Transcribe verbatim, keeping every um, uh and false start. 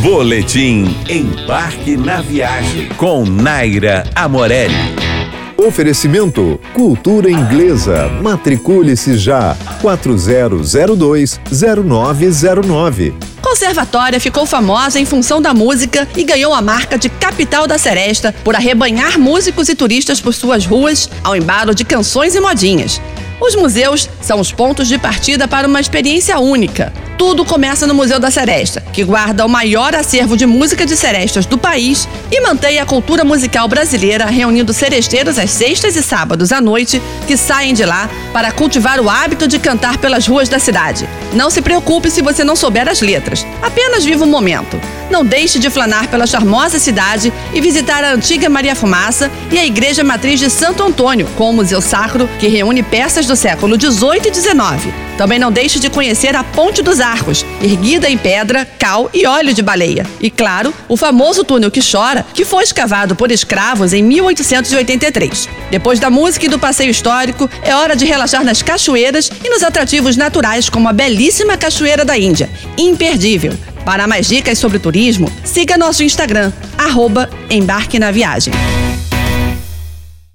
Boletim Embarque na Viagem com Naira Amorelli. Oferecimento Cultura Inglesa. Matricule-se já. quatro zero zero dois zero nove zero nove. Conservatória ficou famosa em função da música e ganhou a marca de capital da seresta por arrebanhar músicos e turistas por suas ruas ao embalo de canções e modinhas. Os museus são os pontos de partida para uma experiência única. Tudo começa no Museu da Seresta, que guarda o maior acervo de música de serestas do país e mantém a cultura musical brasileira, reunindo seresteiros às sextas e sábados à noite que saem de lá para cultivar o hábito de cantar pelas ruas da cidade. Não se preocupe se você não souber as letras, apenas viva o momento. Não deixe de flanar pela charmosa cidade e visitar a antiga Maria Fumaça e a Igreja Matriz de Santo Antônio, com o Museu Sacro, que reúne peças do século dezoito e dezenove. Também não deixe de conhecer a Ponte dos Arcos, erguida em pedra, cal e óleo de baleia. E, claro, o famoso túnel que chora, que foi escavado por escravos em mil oitocentos e oitenta e três. Depois da música e do passeio histórico, é hora de relaxar nas cachoeiras e nos atrativos naturais, como a belíssima Cachoeira da Índia. Imperdível! Para mais dicas sobre turismo, siga nosso Instagram, arroba Embarque na Viagem.